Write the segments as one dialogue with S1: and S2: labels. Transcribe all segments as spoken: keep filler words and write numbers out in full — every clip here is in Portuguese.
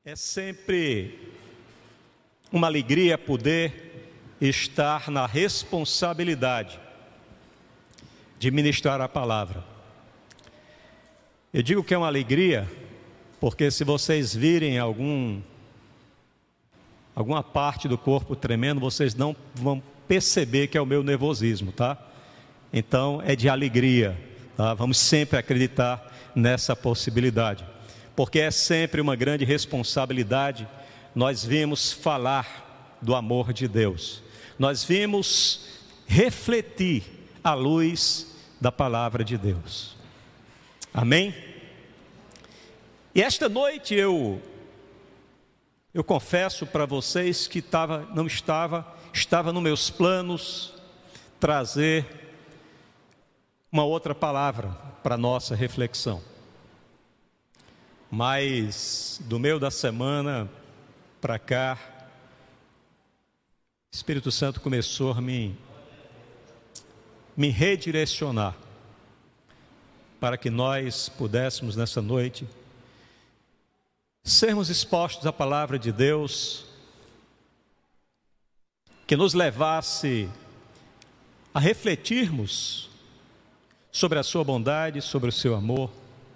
S1: É sempre uma alegria poder estar na responsabilidade de ministrar a palavra. Eu digo que é uma alegria porque se vocês virem algum, alguma parte do corpo tremendo, vocês não vão perceber que é o meu nervosismo, tá? Então é de alegria, tá? Vamos sempre acreditar nessa possibilidade, porque é sempre uma grande responsabilidade. Nós vimos falar do amor de Deus, nós vimos refletir a luz da palavra de Deus. Amém? E esta noite eu eu confesso para vocês que tava, não estava, estava nos meus planos trazer uma outra palavra para nossa reflexão. Mas do meio da semana para cá, o Espírito Santo começou a me, me redirecionar para que nós pudéssemos nessa noite sermos expostos à palavra de Deus, que nos levasse a refletirmos sobre a sua bondade, sobre o seu amor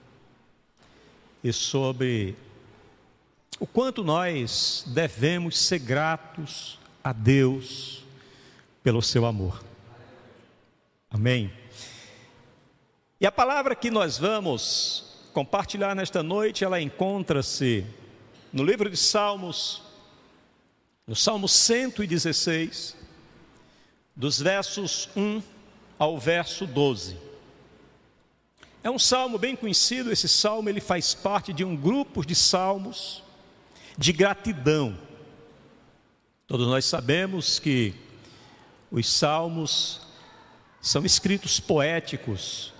S1: e sobre o quanto nós devemos ser gratos a Deus pelo seu amor. Amém? E a palavra que nós vamos compartilhar nesta noite, ela encontra-se no livro de Salmos, no Salmo cento e dezesseis, dos versos um ao verso doze. É um salmo bem conhecido. Esse salmo ele faz parte de um grupo de salmos de gratidão. Todos nós sabemos que os salmos são escritos poéticos,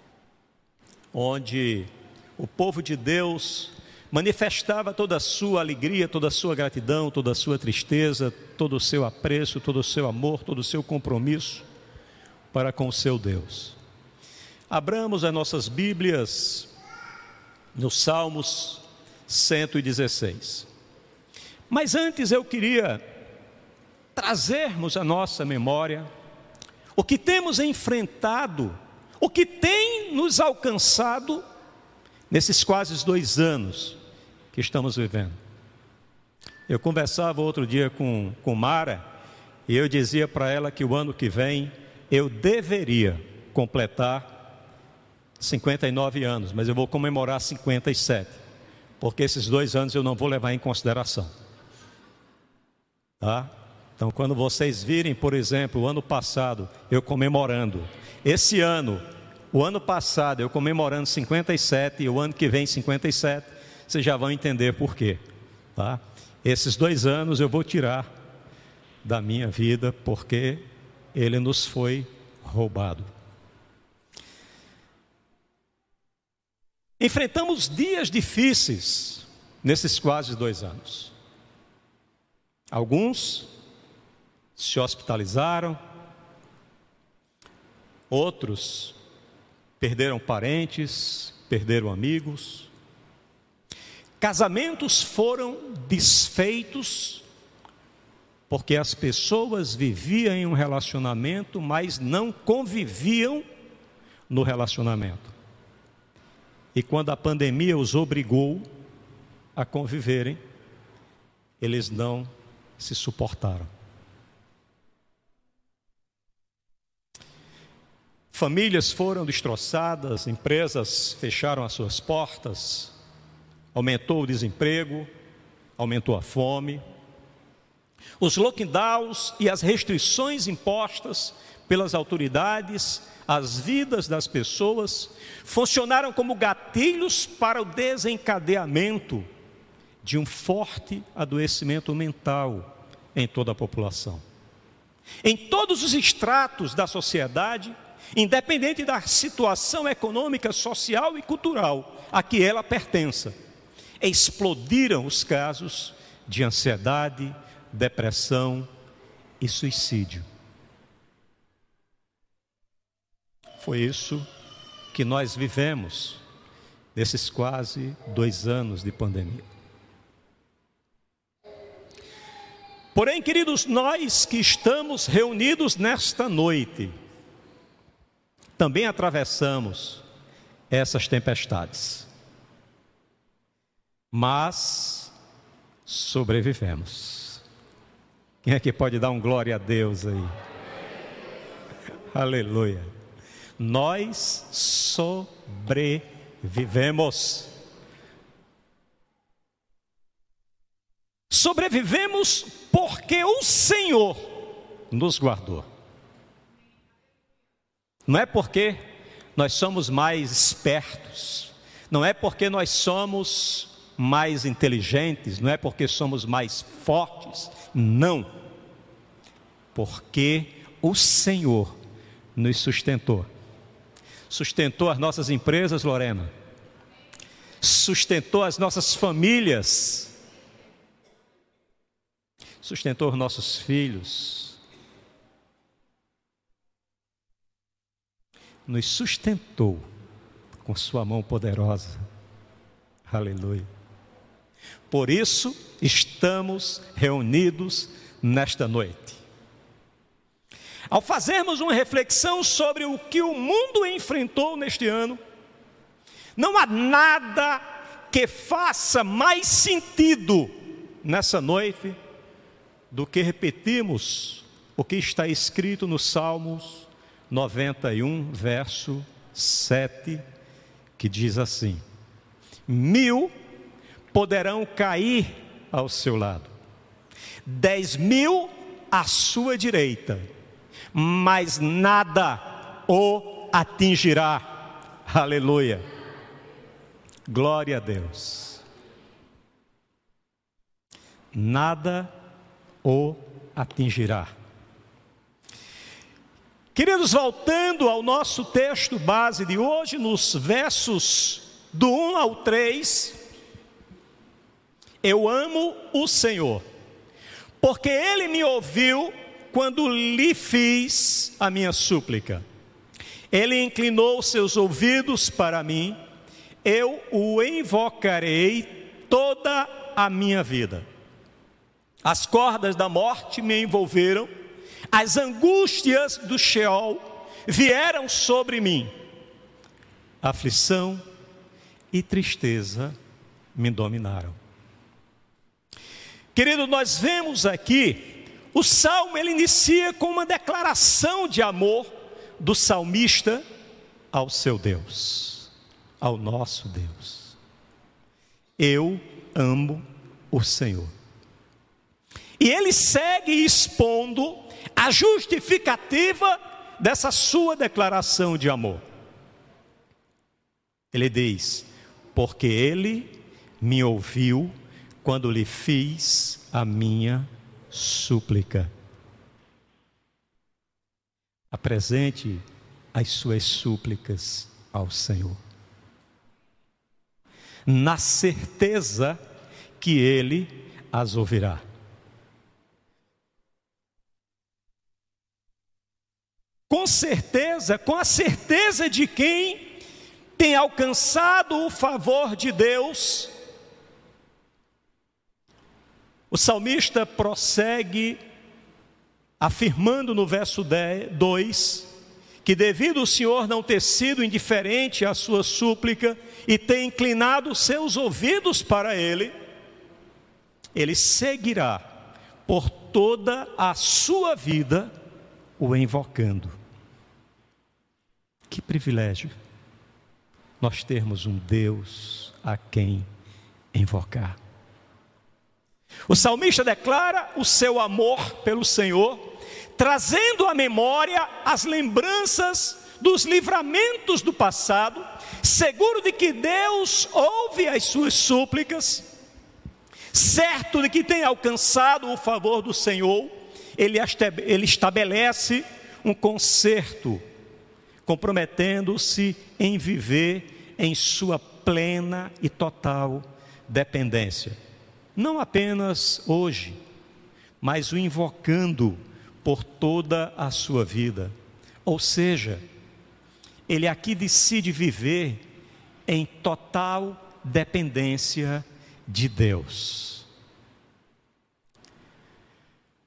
S1: onde o povo de Deus manifestava toda a sua alegria, toda a sua gratidão, toda a sua tristeza, todo o seu apreço, todo o seu amor, todo o seu compromisso para com o seu Deus. Abramos as nossas Bíblias no Salmos cento e dezesseis. Mas antes eu queria trazermos à nossa memória o que temos enfrentado, o que tem nos alcançado nesses quase dois anos que estamos vivendo. Eu conversava outro dia com, com Mara e eu dizia para ela que o ano que vem eu deveria completar cinquenta e nove anos, mas eu vou comemorar cinquenta e sete, porque esses dois anos eu não vou levar em consideração, tá? Então quando vocês virem, por exemplo, o ano passado eu comemorando, esse ano, o ano passado eu comemorando cinquenta e sete e o ano que vem cinquenta e sete, vocês já vão entender por quê, tá? Esses dois anos eu vou tirar da minha vida porque ele nos foi roubado. Enfrentamos dias difíceis nesses quase dois anos. Alguns se hospitalizaram, outros perderam parentes, perderam amigos. Casamentos foram desfeitos porque as pessoas viviam em um relacionamento, mas não conviviam no relacionamento. E quando a pandemia os obrigou a conviverem, eles não se suportaram. Famílias foram destroçadas, empresas fecharam as suas portas, aumentou o desemprego, aumentou a fome. Os lockdowns e as restrições impostas pelas autoridades às vidas das pessoas funcionaram como gatilhos para o desencadeamento de um forte adoecimento mental em toda a população. Em todos os estratos da sociedade, independente da situação econômica, social e cultural a que ela pertença, explodiram os casos de ansiedade, depressão e suicídio. Foi isso que nós vivemos nesses quase dois anos de pandemia. Porém, queridos, nós que estamos reunidos nesta noite, também atravessamos essas tempestades, mas sobrevivemos. Quem é que pode dar um glória a Deus aí? Aleluia. Nós sobrevivemos. Sobrevivemos porque o Senhor nos guardou. Não é porque nós somos mais espertos, não é porque nós somos mais inteligentes, não é porque somos mais fortes, não. Porque o Senhor nos sustentou. Sustentou as nossas empresas, Lorena. Sustentou as nossas famílias. Sustentou os nossos filhos. Nos sustentou com sua mão poderosa. Aleluia. Por isso estamos reunidos nesta noite. Ao fazermos uma reflexão sobre o que o mundo enfrentou neste ano, não há nada que faça mais sentido nessa noite do que repetirmos o que está escrito no Salmos noventa e um, verso sete, que diz assim: mil poderão cair ao seu lado, dez mil à sua direita, mas nada o atingirá. Aleluia. Glória a Deus. Nada o atingirá. Queridos, voltando ao nosso texto base de hoje, nos versos do um ao três, eu amo o Senhor, porque Ele me ouviu quando lhe fiz a minha súplica. Ele inclinou seus ouvidos para mim, eu o invocarei toda a minha vida. As cordas da morte me envolveram, as angústias do Sheol vieram sobre mim, aflição e tristeza me dominaram. Querido, nós vemos aqui, o salmo ele inicia com uma declaração de amor do salmista ao seu Deus, ao nosso Deus. Eu amo o Senhor. E ele segue expondo a justificativa dessa sua declaração de amor. Ele diz: porque ele me ouviu quando lhe fiz a minha súplica. Apresente as suas súplicas ao Senhor, na certeza que Ele as ouvirá. Com certeza, com a certeza de quem tem alcançado o favor de Deus, o salmista prossegue afirmando no verso dois, que devido ao Senhor não ter sido indiferente à sua súplica e ter inclinado seus ouvidos para ele, ele seguirá por toda a sua vida o invocando. Que privilégio nós termos um Deus a quem invocar. O salmista declara o seu amor pelo Senhor, trazendo à memória as lembranças dos livramentos do passado, seguro de que Deus ouve as suas súplicas, certo de que tem alcançado o favor do Senhor. Ele, ele estabelece um concerto, comprometendo-se em viver em sua plena e total dependência. Não apenas hoje, mas o invocando por toda a sua vida. Ou seja, ele aqui decide viver em total dependência de Deus.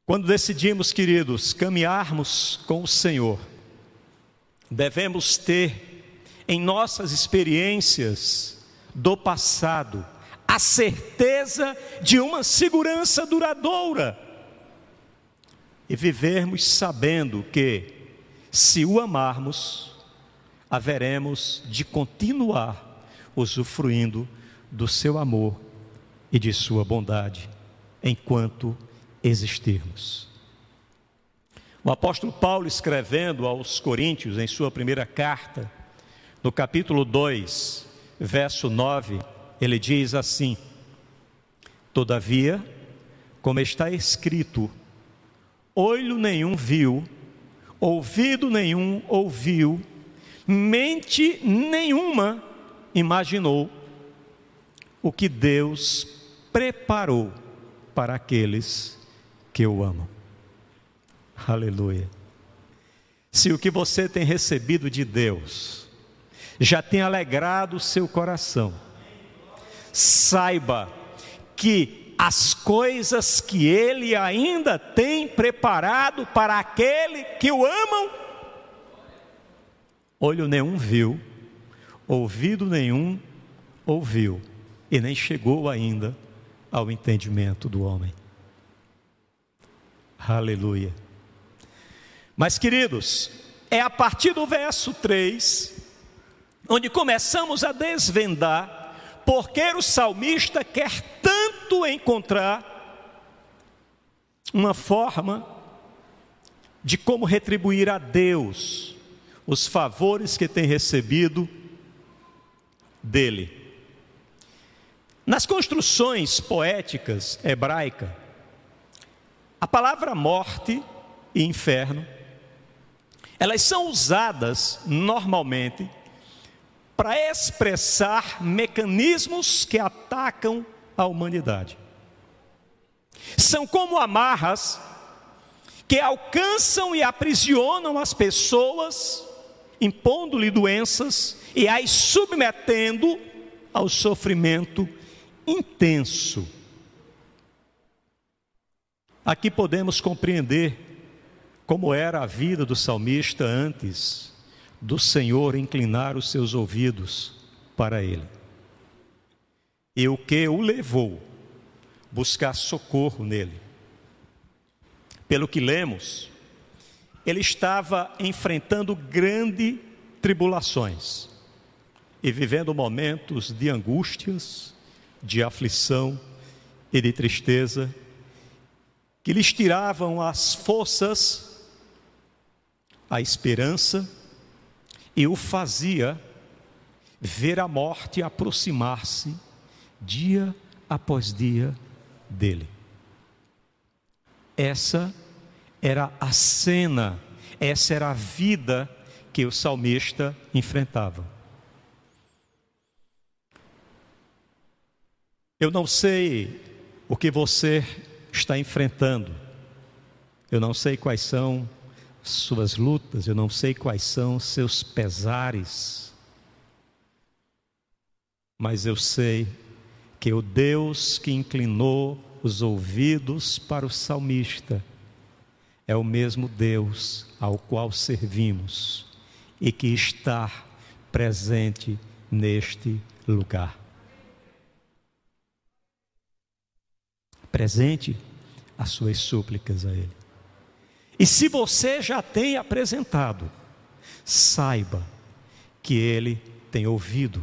S1: Quando decidimos, queridos, caminharmos com o Senhor, devemos ter em nossas experiências do passado a certeza de uma segurança duradoura e vivermos sabendo que, se o amarmos, haveremos de continuar usufruindo do seu amor e de sua bondade enquanto existirmos. O apóstolo Paulo, escrevendo aos Coríntios em sua primeira carta, no capítulo dois, verso nove, ele diz assim: todavia, como está escrito, olho nenhum viu, ouvido nenhum ouviu, mente nenhuma imaginou o que Deus preparou para aqueles que o amam. Aleluia. Se o que você tem recebido de Deus já tem alegrado o seu coração, saiba que as coisas que Ele ainda tem preparado para aquele que o amam, olho nenhum viu, ouvido nenhum ouviu, e nem chegou ainda ao entendimento do homem. Aleluia. Mas, queridos, é a partir do verso três, onde começamos a desvendar porque o salmista quer tanto encontrar uma forma de como retribuir a Deus os favores que tem recebido dele. Nas construções poéticas hebraicas, a palavra morte e inferno, elas são usadas normalmente para expressar mecanismos que atacam a humanidade. São como amarras que alcançam e aprisionam as pessoas, impondo-lhe doenças e as submetendo ao sofrimento intenso. Aqui podemos compreender como era a vida do salmista antes do Senhor inclinar os seus ouvidos para ele, e o que o levou a buscar socorro nele. Pelo que lemos, ele estava enfrentando grandes tribulações e vivendo momentos de angústias, de aflição e de tristeza, que lhes tiravam as forças, a esperança, e o fazia ver a morte aproximar-se dia após dia dele. Essa era a cena, essa era a vida que o salmista enfrentava. Eu não sei o que você está enfrentando, eu não sei quais são suas lutas, eu não sei quais são seus pesares, mas eu sei que o Deus que inclinou os ouvidos para o salmista é o mesmo Deus ao qual servimos e que está presente neste lugar. Presente as suas súplicas a Ele. E se você já tem apresentado, saiba que Ele tem ouvido.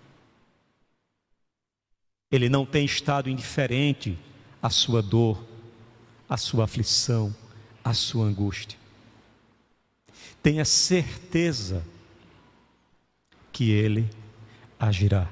S1: Ele não tem estado indiferente à sua dor, à sua aflição, à sua angústia. Tenha certeza que Ele agirá,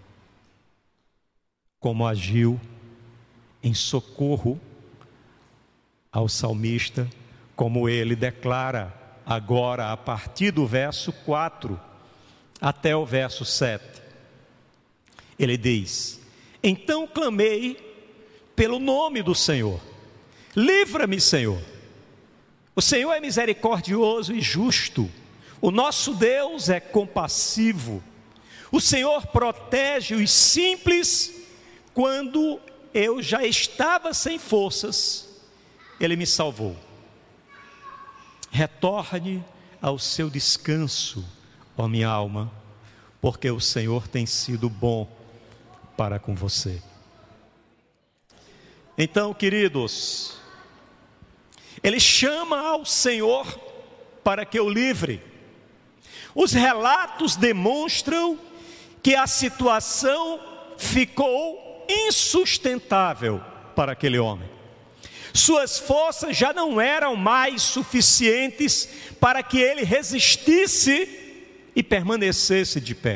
S1: como agiu em socorro ao salmista, como ele declara agora a partir do verso quatro até o verso sete. Ele diz: então clamei pelo nome do Senhor, livra-me, Senhor. O Senhor é misericordioso e justo, o nosso Deus é compassivo. O Senhor protege os simples quando eu já estava sem forças, Ele me salvou. Retorne ao seu descanso, ó minha alma, porque o Senhor tem sido bom para com você. Então, queridos, ele chama ao Senhor para que o livre. Os relatos demonstram que a situação ficou insustentável para aquele homem. Suas forças já não eram mais suficientes para que ele resistisse e permanecesse de pé.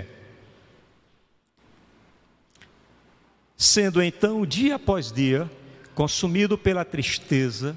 S1: Sendo então, dia após dia, consumido pela tristeza,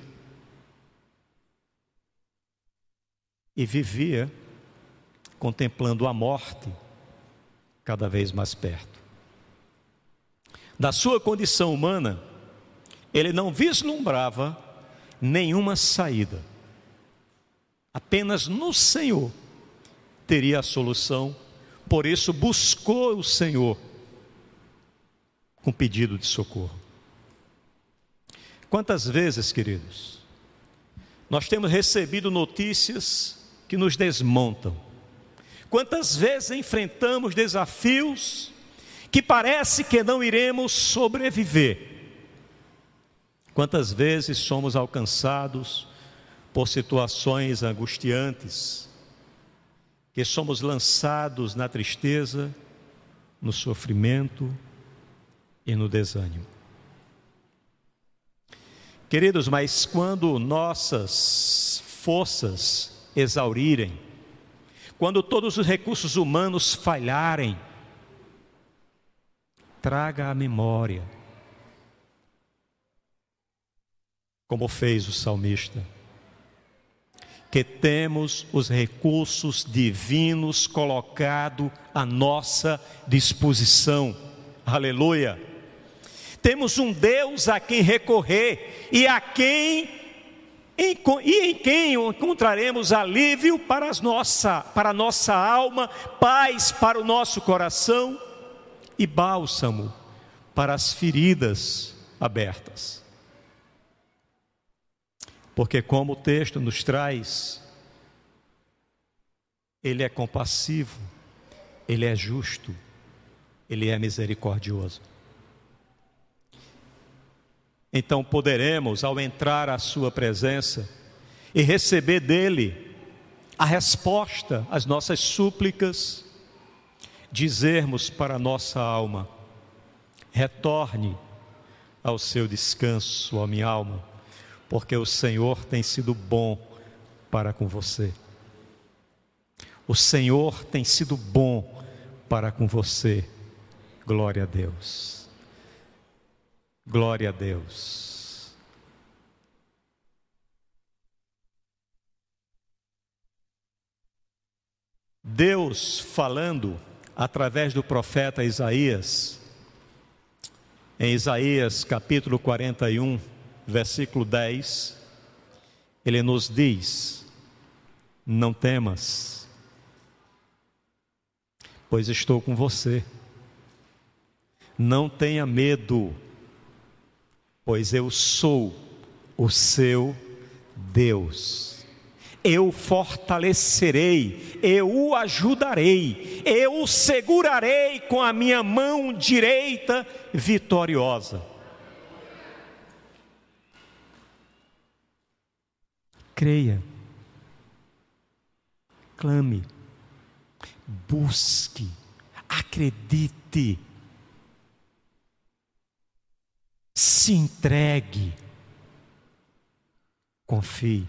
S1: e vivia contemplando a morte cada vez mais perto. Da sua condição humana, ele não vislumbrava nenhuma saída. Apenas no Senhor teria a solução, por isso buscou o Senhor com pedido de socorro. Quantas vezes, queridos, nós temos recebido notícias que nos desmontam? Quantas vezes enfrentamos desafios que parece que não iremos sobreviver? Quantas vezes somos alcançados por situações angustiantes, que somos lançados na tristeza, no sofrimento e no desânimo. Queridos, mas quando nossas forças exaurirem, quando todos os recursos humanos falharem, traga à memória, como fez o salmista, que temos os recursos divinos colocados à nossa disposição. Aleluia! Temos um Deus a quem recorrer e a quem em, e em quem encontraremos alívio para, as nossa, para a nossa alma, paz para o nosso coração e bálsamo para as feridas abertas. Porque, como o texto nos traz, Ele é compassivo, Ele é justo, Ele é misericordioso. Então poderemos, ao entrar à sua presença e receber dele a resposta às nossas súplicas, dizermos para a nossa alma: retorne ao seu descanso, ó minha alma, porque o Senhor tem sido bom para com você. O Senhor tem sido bom para com você. Glória a Deus. Glória a Deus. Deus falando através do profeta Isaías, em Isaías capítulo quarenta e um, versículo dez, Ele nos diz: não temas, pois estou com você. Não tenha medo, pois eu sou o seu Deus. Eu o fortalecerei, eu o ajudarei, eu o segurarei com a minha mão direita vitoriosa. Creia, clame, busque, acredite, se entregue, confie.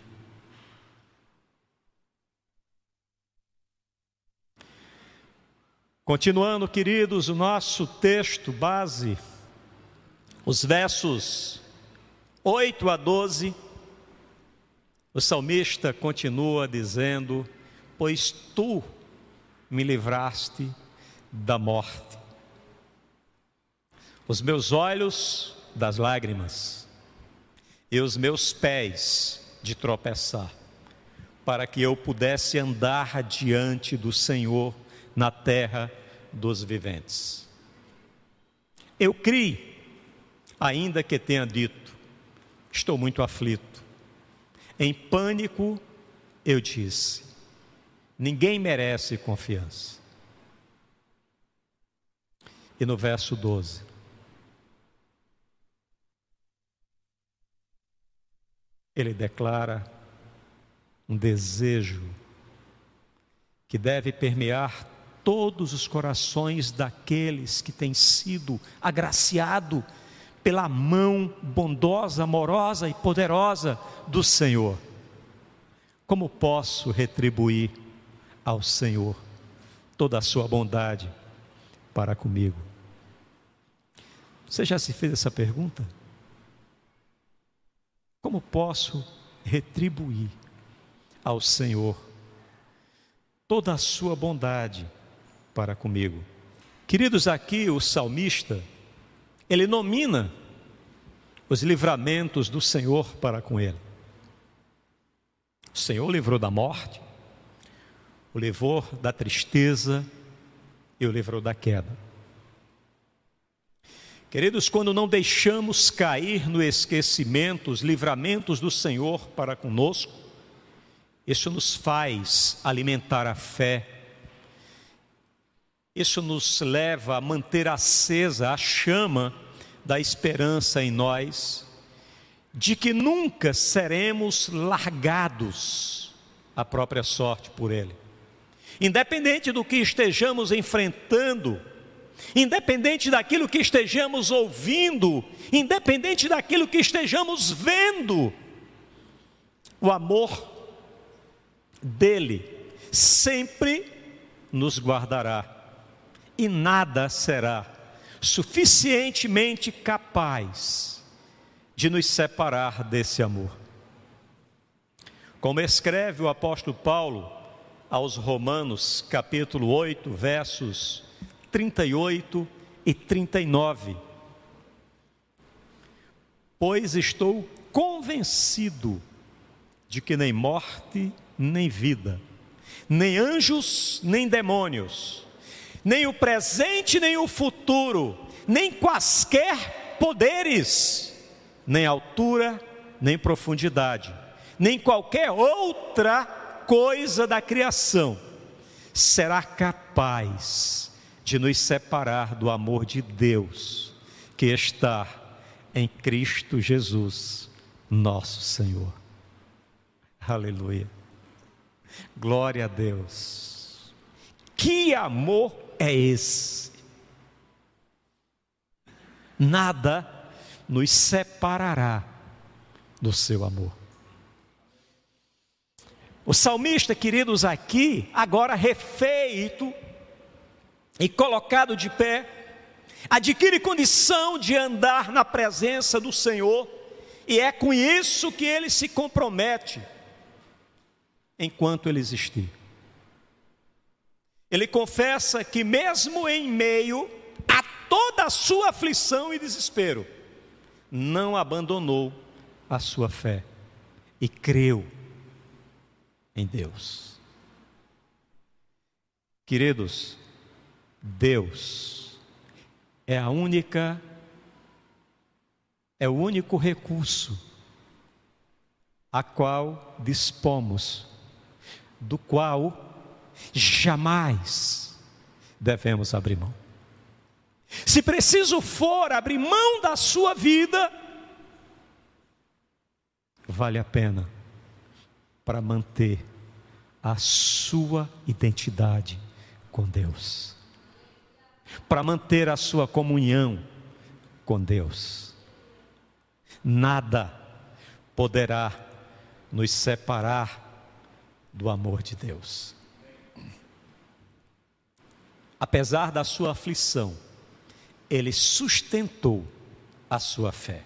S1: Continuando, queridos, o nosso texto base, os versos oito a doze, o salmista continua dizendo: pois tu me livraste da morte, os meus olhos das lágrimas e os meus pés de tropeçar, para que eu pudesse andar diante do Senhor na terra dos viventes. Eu criei, ainda que tenha dito: estou muito aflito, Em pânico, eu disse: ninguém merece confiança. E no verso doze, ele declara um desejo que deve permear todos os corações daqueles que têm sido agraciados pela mão bondosa, amorosa e poderosa do Senhor. Como posso retribuir ao Senhor toda a sua bondade para comigo? Você já se fez essa pergunta? Como posso retribuir ao Senhor toda a sua bondade para comigo? Queridos, aqui o salmista, ele nomina os livramentos do Senhor para com ele. O Senhor o livrou da morte, o livrou da tristeza e o livrou da queda. Queridos, quando não deixamos cair no esquecimento os livramentos do Senhor para conosco, isso nos faz alimentar a fé, isso nos leva a manter acesa a chama da esperança em nós, de que nunca seremos largados à própria sorte por Ele. Independente do que estejamos enfrentando, independente daquilo que estejamos ouvindo, independente daquilo que estejamos vendo, o amor dele sempre nos guardará, e nada será suficientemente capaz de nos separar desse amor. Como escreve o apóstolo Paulo aos Romanos, capítulo oito, versos trinta e oito e trinta e nove: pois estou convencido de que nem morte, nem vida, nem anjos, nem demônios, nem o presente, nem o futuro, nem quaisquer poderes, nem altura, nem profundidade, nem qualquer outra coisa da criação será capaz de nos separar do amor de Deus que está em Cristo Jesus, nosso Senhor. Aleluia. Glória a Deus. Que amor é esse? Nada nos separará do seu amor. O salmista, queridos, aqui, agora refeito e colocado de pé, adquire condição de andar na presença do Senhor, e é com isso que ele se compromete enquanto ele existir. Ele confessa que mesmo em meio a toda a sua aflição e desespero, não abandonou a sua fé e creu em Deus. Queridos, Deus é a única, é o único recurso a qual dispomos, do qual jamais devemos abrir mão. Se preciso for abrir mão da sua vida, vale a pena para manter a sua identidade com Deus, para manter a sua comunhão com Deus. Nada poderá nos separar do amor de Deus. Apesar da sua aflição, ele sustentou a sua fé.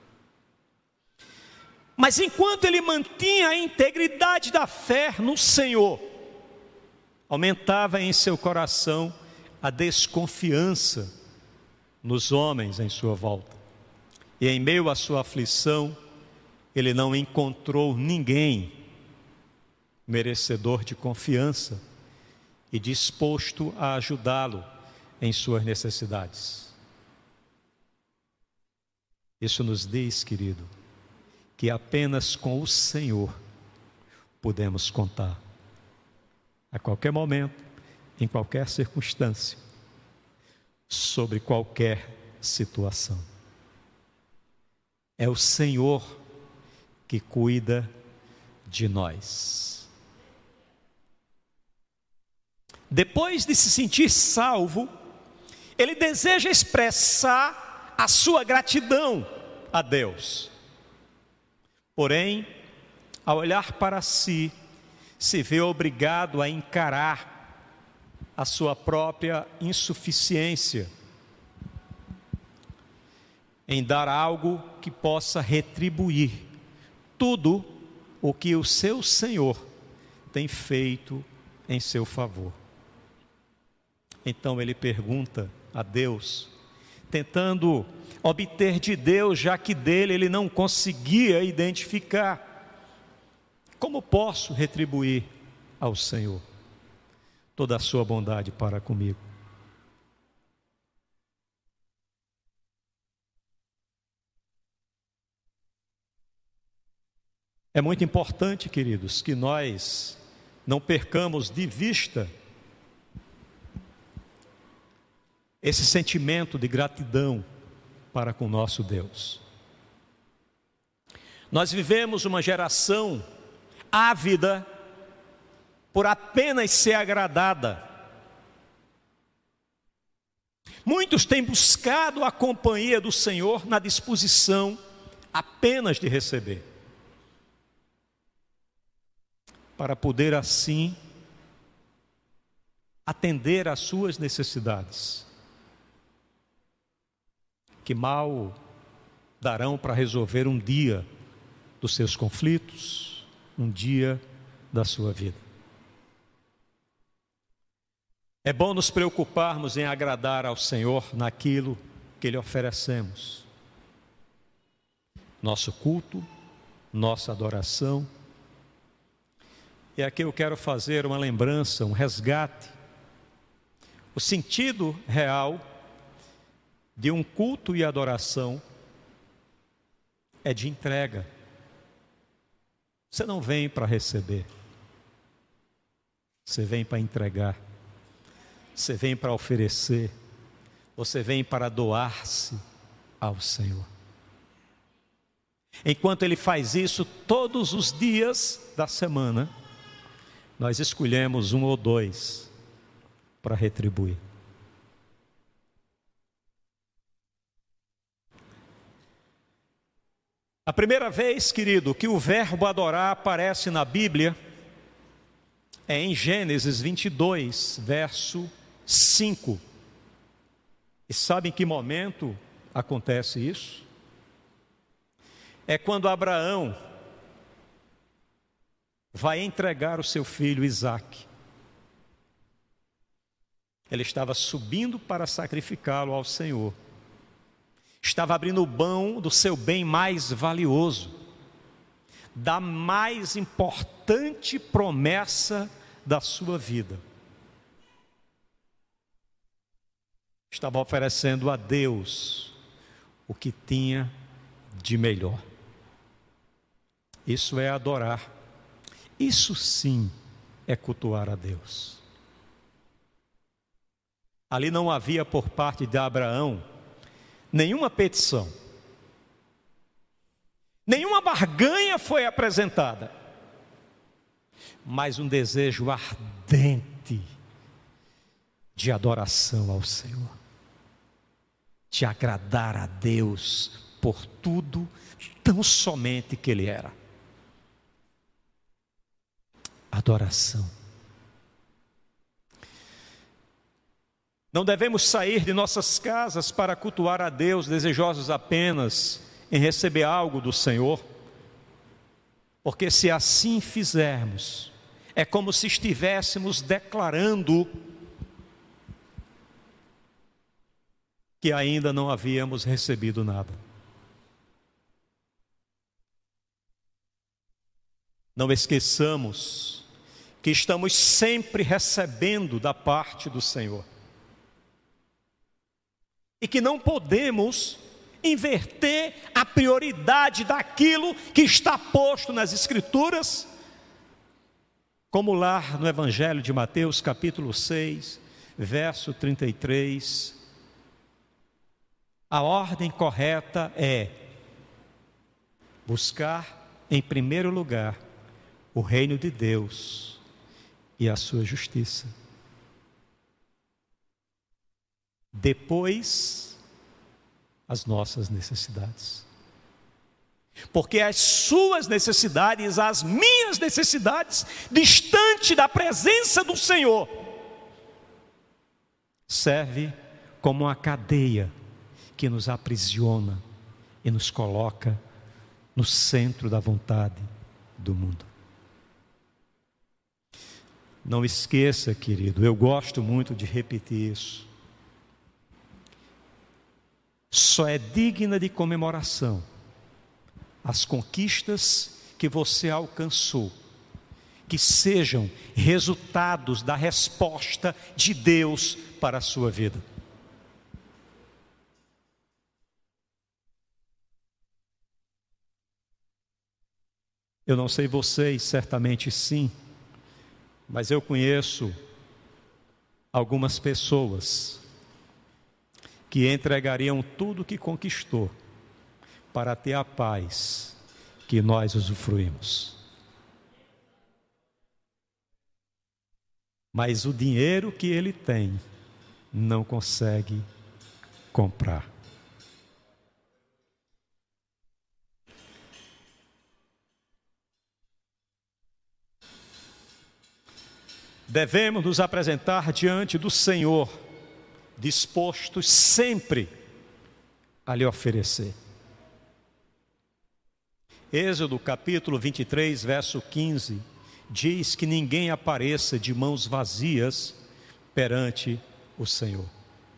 S1: Mas enquanto ele mantinha a integridade da fé no Senhor, aumentava em seu coração a desconfiança nos homens em sua volta. E em meio à sua aflição, ele não encontrou ninguém merecedor de confiança e disposto a ajudá-lo em suas necessidades. Isso nos diz, querido, que apenas com o Senhor podemos contar. A qualquer momento, em qualquer circunstância, sobre qualquer situação. É o Senhor que cuida de nós. Depois de se sentir salvo, ele deseja expressar a sua gratidão a Deus. Porém, ao olhar para si, se vê obrigado a encarar a sua própria insuficiência em dar algo que possa retribuir tudo o que o seu Senhor tem feito em seu favor. Então ele pergunta a Deus, tentando obter de Deus, já que dele ele não conseguia identificar: como posso retribuir ao Senhor toda a sua bondade para comigo? É muito importante, queridos, que nós não percamos de vista esse sentimento de gratidão para com nosso Deus. Nós vivemos uma geração ávida por apenas ser agradada. Muitos têm buscado a companhia do Senhor na disposição apenas de receber, para poder assim atender às suas necessidades, que mal darão para resolver um dia dos seus conflitos, um dia da sua vida. É bom nos preocuparmos em agradar ao Senhor naquilo que lhe oferecemos. Nosso culto, nossa adoração. E aqui eu quero fazer uma lembrança, um resgate. O sentido real de um culto e adoração é de entrega. Você não vem para receber, você vem para entregar, você vem para oferecer, você vem para doar-se ao Senhor. Enquanto Ele faz isso todos os dias da semana, nós escolhemos um ou dois para retribuir. A primeira vez, querido, que o verbo adorar aparece na Bíblia é em Gênesis vinte e dois, verso cinco. E sabe em que momento acontece isso? É quando Abraão vai entregar o seu filho Isaque. Ele estava subindo para sacrificá-lo ao Senhor. Estava abrindo mão do seu bem mais valioso, da mais importante promessa da sua vida. Estava oferecendo a Deus o que tinha de melhor. Isso é adorar. Isso sim é cultuar a Deus. Ali não havia por parte de Abraão nenhuma petição, nenhuma barganha foi apresentada, mas um desejo ardente de adoração ao Senhor, de agradar a Deus por tudo tão somente que Ele era. Adoração. Não devemos sair de nossas casas para cultuar a Deus, desejosos apenas em receber algo do Senhor, porque se assim fizermos, é como se estivéssemos declarando que ainda não havíamos recebido nada. Não esqueçamos que estamos sempre recebendo da parte do Senhor. E que não podemos inverter a prioridade daquilo que está posto nas Escrituras Como lá no Evangelho de Mateus, capítulo seis, verso trinta e três, a ordem correta é buscar em primeiro lugar o reino de Deus e a sua justiça. Depois, as nossas necessidades. Porque as suas necessidades, as minhas necessidades, distante da presença do Senhor, serve como uma cadeia que nos aprisiona e nos coloca no centro da vontade do mundo. Não esqueça, querido, eu gosto muito de repetir isso. Só é digna de comemoração as conquistas que você alcançou, que sejam resultados da resposta de Deus para a sua vida. Eu não sei vocês, certamente sim, mas eu conheço algumas pessoas que entregariam tudo o que conquistou para ter a paz que nós usufruímos. Mas o dinheiro que ele tem não consegue comprar. Devemos nos apresentar diante do Senhor, dispostos sempre a lhe oferecer. Êxodo capítulo vinte e três, verso quinze, diz que ninguém apareça de mãos vazias perante o Senhor.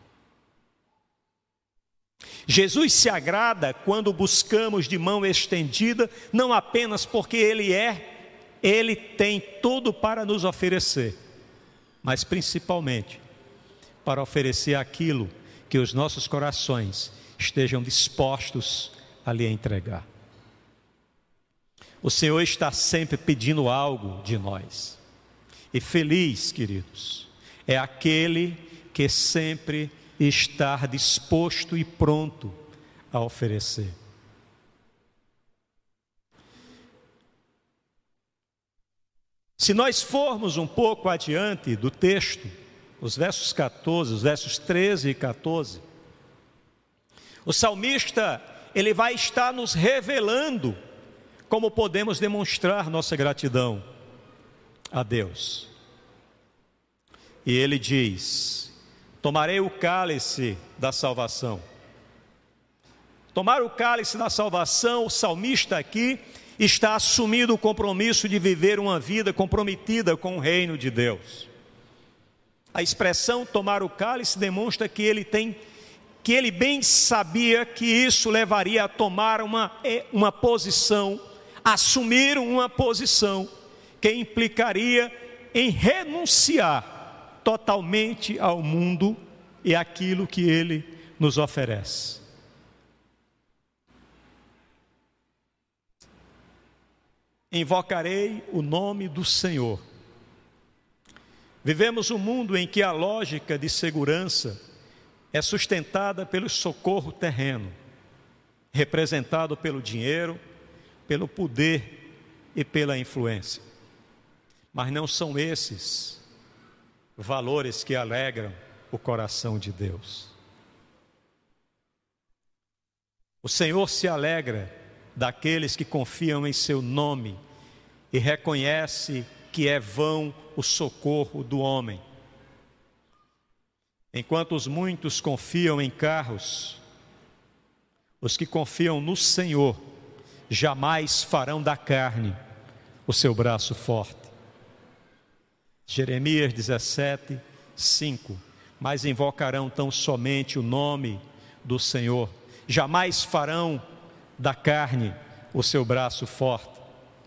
S1: Jesus se agrada quando buscamos de mão estendida, não apenas porque Ele é, Ele tem tudo para nos oferecer, mas principalmente para oferecer aquilo que os nossos corações estejam dispostos a lhe entregar. O Senhor está sempre pedindo algo de nós. E feliz, queridos, é aquele que sempre está disposto e pronto a oferecer. Se nós formos um pouco adiante do texto, os versos quatorze, os versos treze e quatorze, o salmista, ele vai estar nos revelando como podemos demonstrar nossa gratidão a Deus. E ele diz: tomarei o cálice da salvação. Tomar o cálice da salvação, o salmista aqui está assumindo o compromisso de viver uma vida comprometida com o reino de Deus. A expressão tomar o cálice demonstra que ele tem, que ele bem sabia que isso levaria a tomar uma, uma posição, assumir uma posição que implicaria em renunciar totalmente ao mundo e àquilo que ele nos oferece. Invocarei o nome do Senhor. Vivemos um mundo em que a lógica de segurança é sustentada pelo socorro terreno, representado pelo dinheiro, pelo poder e pela influência. Mas não são esses valores que alegram o coração de Deus. O Senhor se alegra daqueles que confiam em seu nome e reconhece que é vão o socorro do homem. Enquanto os muitos confiam em carros, os que confiam no Senhor jamais farão da carne o seu braço forte. Jeremias dezessete, cinco. Mas invocarão tão somente o nome do Senhor, jamais farão da carne o seu braço forte.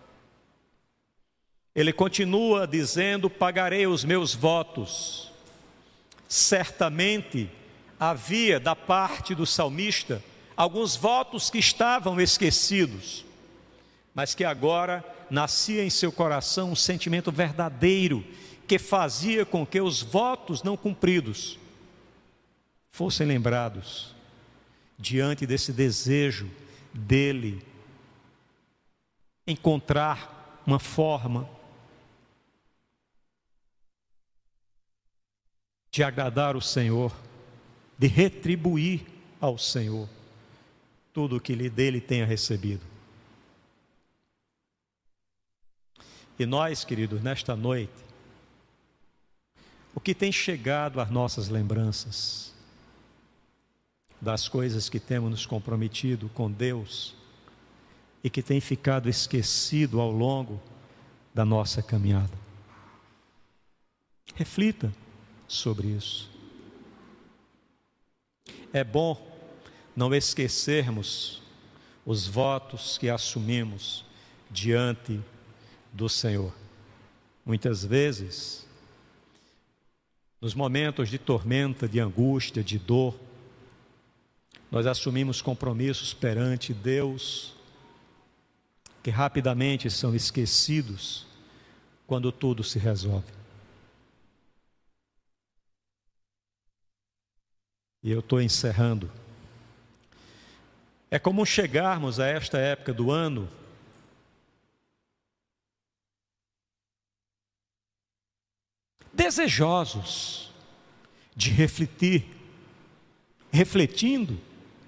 S1: Ele continua dizendo: pagarei os meus votos. Certamente havia da parte do salmista alguns votos que estavam esquecidos, mas que agora nascia em seu coração um sentimento verdadeiro que fazia com que os votos não cumpridos fossem lembrados diante desse desejo dele encontrar uma forma de agradar o Senhor, de retribuir ao Senhor tudo o que ele dele tenha recebido. E nós, queridos, nesta noite, o que tem chegado às nossas lembranças das coisas que temos nos comprometido com Deus e que tem ficado esquecido ao longo da nossa caminhada? Reflita sobre isso. É bom não esquecermos os votos que assumimos diante do Senhor. Muitas vezes, nos momentos de tormenta, de angústia, de dor, nós assumimos compromissos perante Deus que rapidamente são esquecidos quando tudo se resolve. E eu estou encerrando. É comum chegarmos a esta época do ano desejosos de refletir, refletindo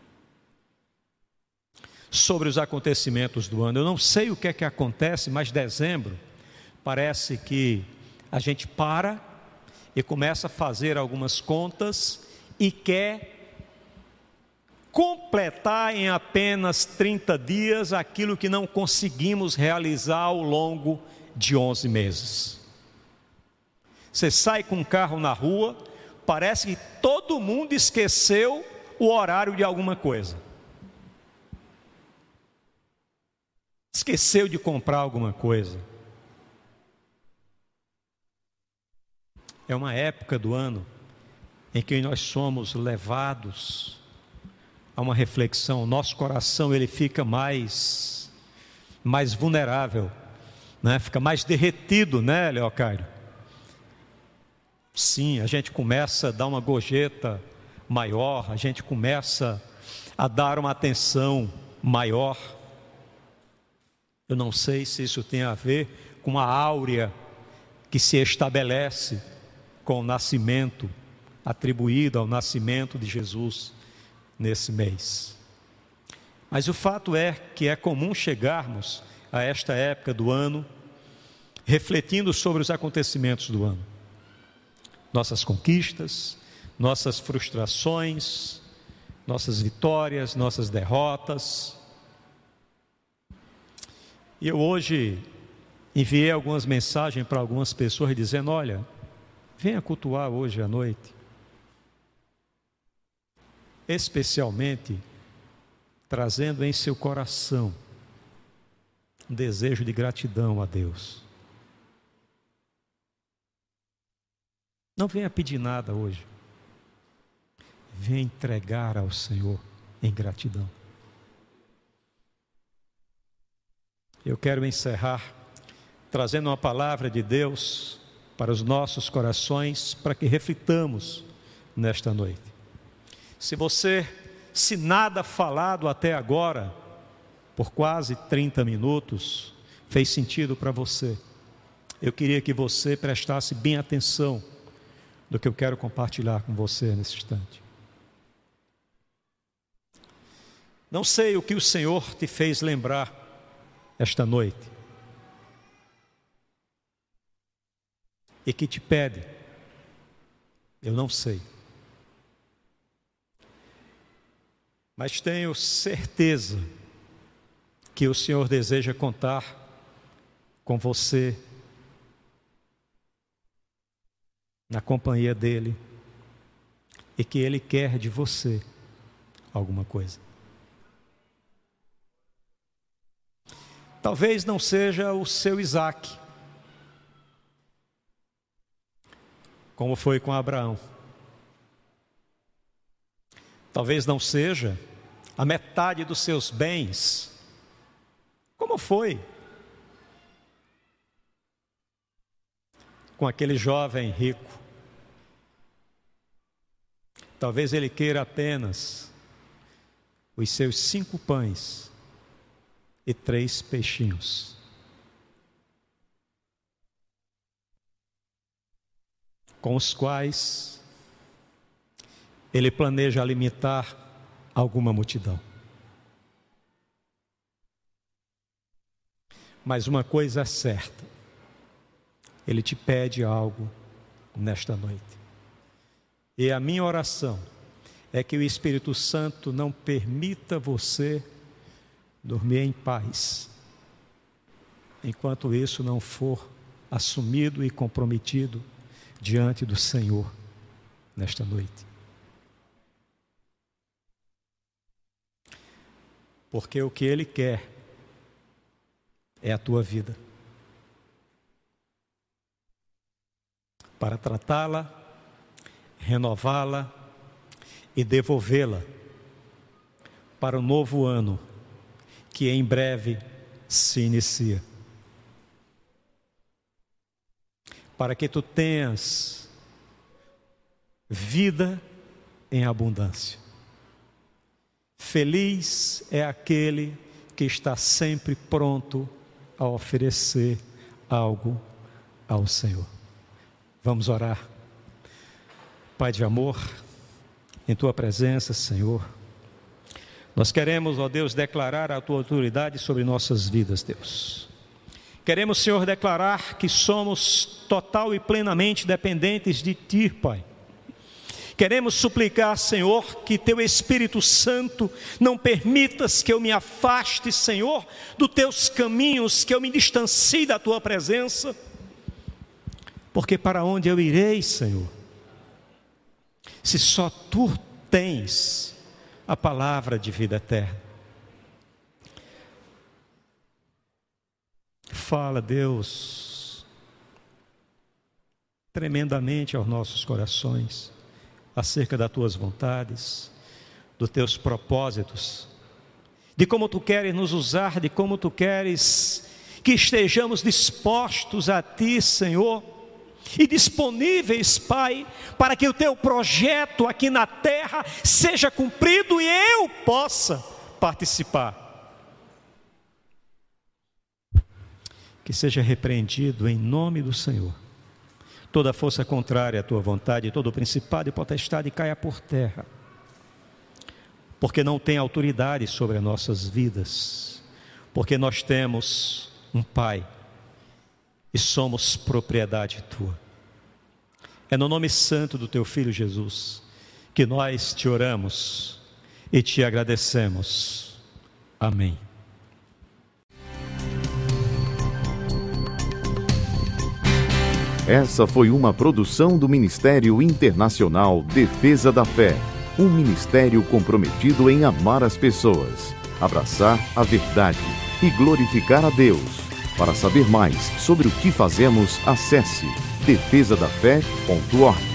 S1: sobre os acontecimentos do ano. Eu não sei o que é que acontece, mas dezembro parece que a gente para e começa a fazer algumas contas e quer completar em apenas trinta dias aquilo que não conseguimos realizar ao longo de onze meses. Você sai com um carro na rua, parece que todo mundo esqueceu o horário de alguma coisa. Esqueceu de comprar alguma coisa. É uma época do ano em que nós somos levados a uma reflexão. Nosso coração ele fica mais, mais vulnerável, né? Fica mais derretido, né, Leocádio? Sim, a gente começa a dar uma gorjeta maior, a gente começa a dar uma atenção maior. Eu não sei se isso tem a ver com a áurea que se estabelece com o nascimento, atribuído ao nascimento de Jesus nesse mês. Mas o fato é que é comum chegarmos a esta época do ano refletindo sobre os acontecimentos do ano. Nossas conquistas, nossas frustrações, nossas vitórias, nossas derrotas. E eu hoje enviei algumas mensagens para algumas pessoas dizendo: olha, venha cultuar hoje à noite, especialmente trazendo em seu coração um desejo de gratidão a Deus. Não venha pedir nada hoje, venha entregar ao Senhor em gratidão. Eu quero encerrar trazendo uma palavra de Deus para os nossos corações, para que reflitamos nesta noite. Se você, se nada falado até agora, por quase trinta minutos, fez sentido para você, eu queria que você prestasse bem atenção do que eu quero compartilhar com você nesse instante. Não sei o que o Senhor te fez lembrar esta noite e que te pede, eu não sei, mas tenho certeza que o Senhor deseja contar com você, na companhia dEle, e que Ele quer de você alguma coisa. Talvez não seja o seu Isaac, como foi com Abraão. Talvez não seja a metade dos seus bens, Como foi com aquele jovem rico? Talvez ele queira apenas os seus cinco pães e três peixinhos. Com os quais ele planeja alimentar alguma multidão. Mas uma coisa é certa, ele te pede algo nesta noite. E a minha oração é que o Espírito Santo não permita você dormir em paz, enquanto isso não for assumido e comprometido diante do Senhor nesta noite. Porque o que Ele quer é a tua vida, para tratá-la, renová-la e devolvê-la para o novo ano que em breve se inicia. Para que tu tenhas vida em abundância. Feliz é aquele que está sempre pronto a oferecer algo ao Senhor. Vamos orar. Pai de amor, em Tua presença, Senhor, nós queremos, ó Deus, declarar a Tua autoridade sobre nossas vidas, Deus. Queremos, Senhor, declarar que somos total e plenamente dependentes de Ti, Pai. Queremos suplicar, Senhor, que Teu Espírito Santo não permitas que eu me afaste, Senhor, dos Teus caminhos, que eu me distancie da Tua presença, porque para onde eu irei, Senhor, se só Tu tens a palavra de vida eterna? Fala, Deus, tremendamente aos nossos corações, acerca das Tuas vontades, dos Teus propósitos, de como Tu queres nos usar, de como Tu queres que estejamos dispostos a Ti, Senhor, e disponíveis, Pai, para que o Teu projeto aqui na terra seja cumprido e eu possa participar. Que seja repreendido em nome do Senhor toda força contrária à Tua vontade, todo principado e potestade caia por terra, porque não tem autoridade sobre as nossas vidas, porque nós temos um Pai e somos propriedade Tua. É no nome santo do Teu Filho Jesus que nós te oramos e te agradecemos. Amém.
S2: Essa foi uma produção do Ministério Internacional Defesa da Fé, um ministério comprometido em amar as pessoas, abraçar a verdade e glorificar a Deus. Para saber mais sobre o que fazemos, acesse defesa da fé ponto org.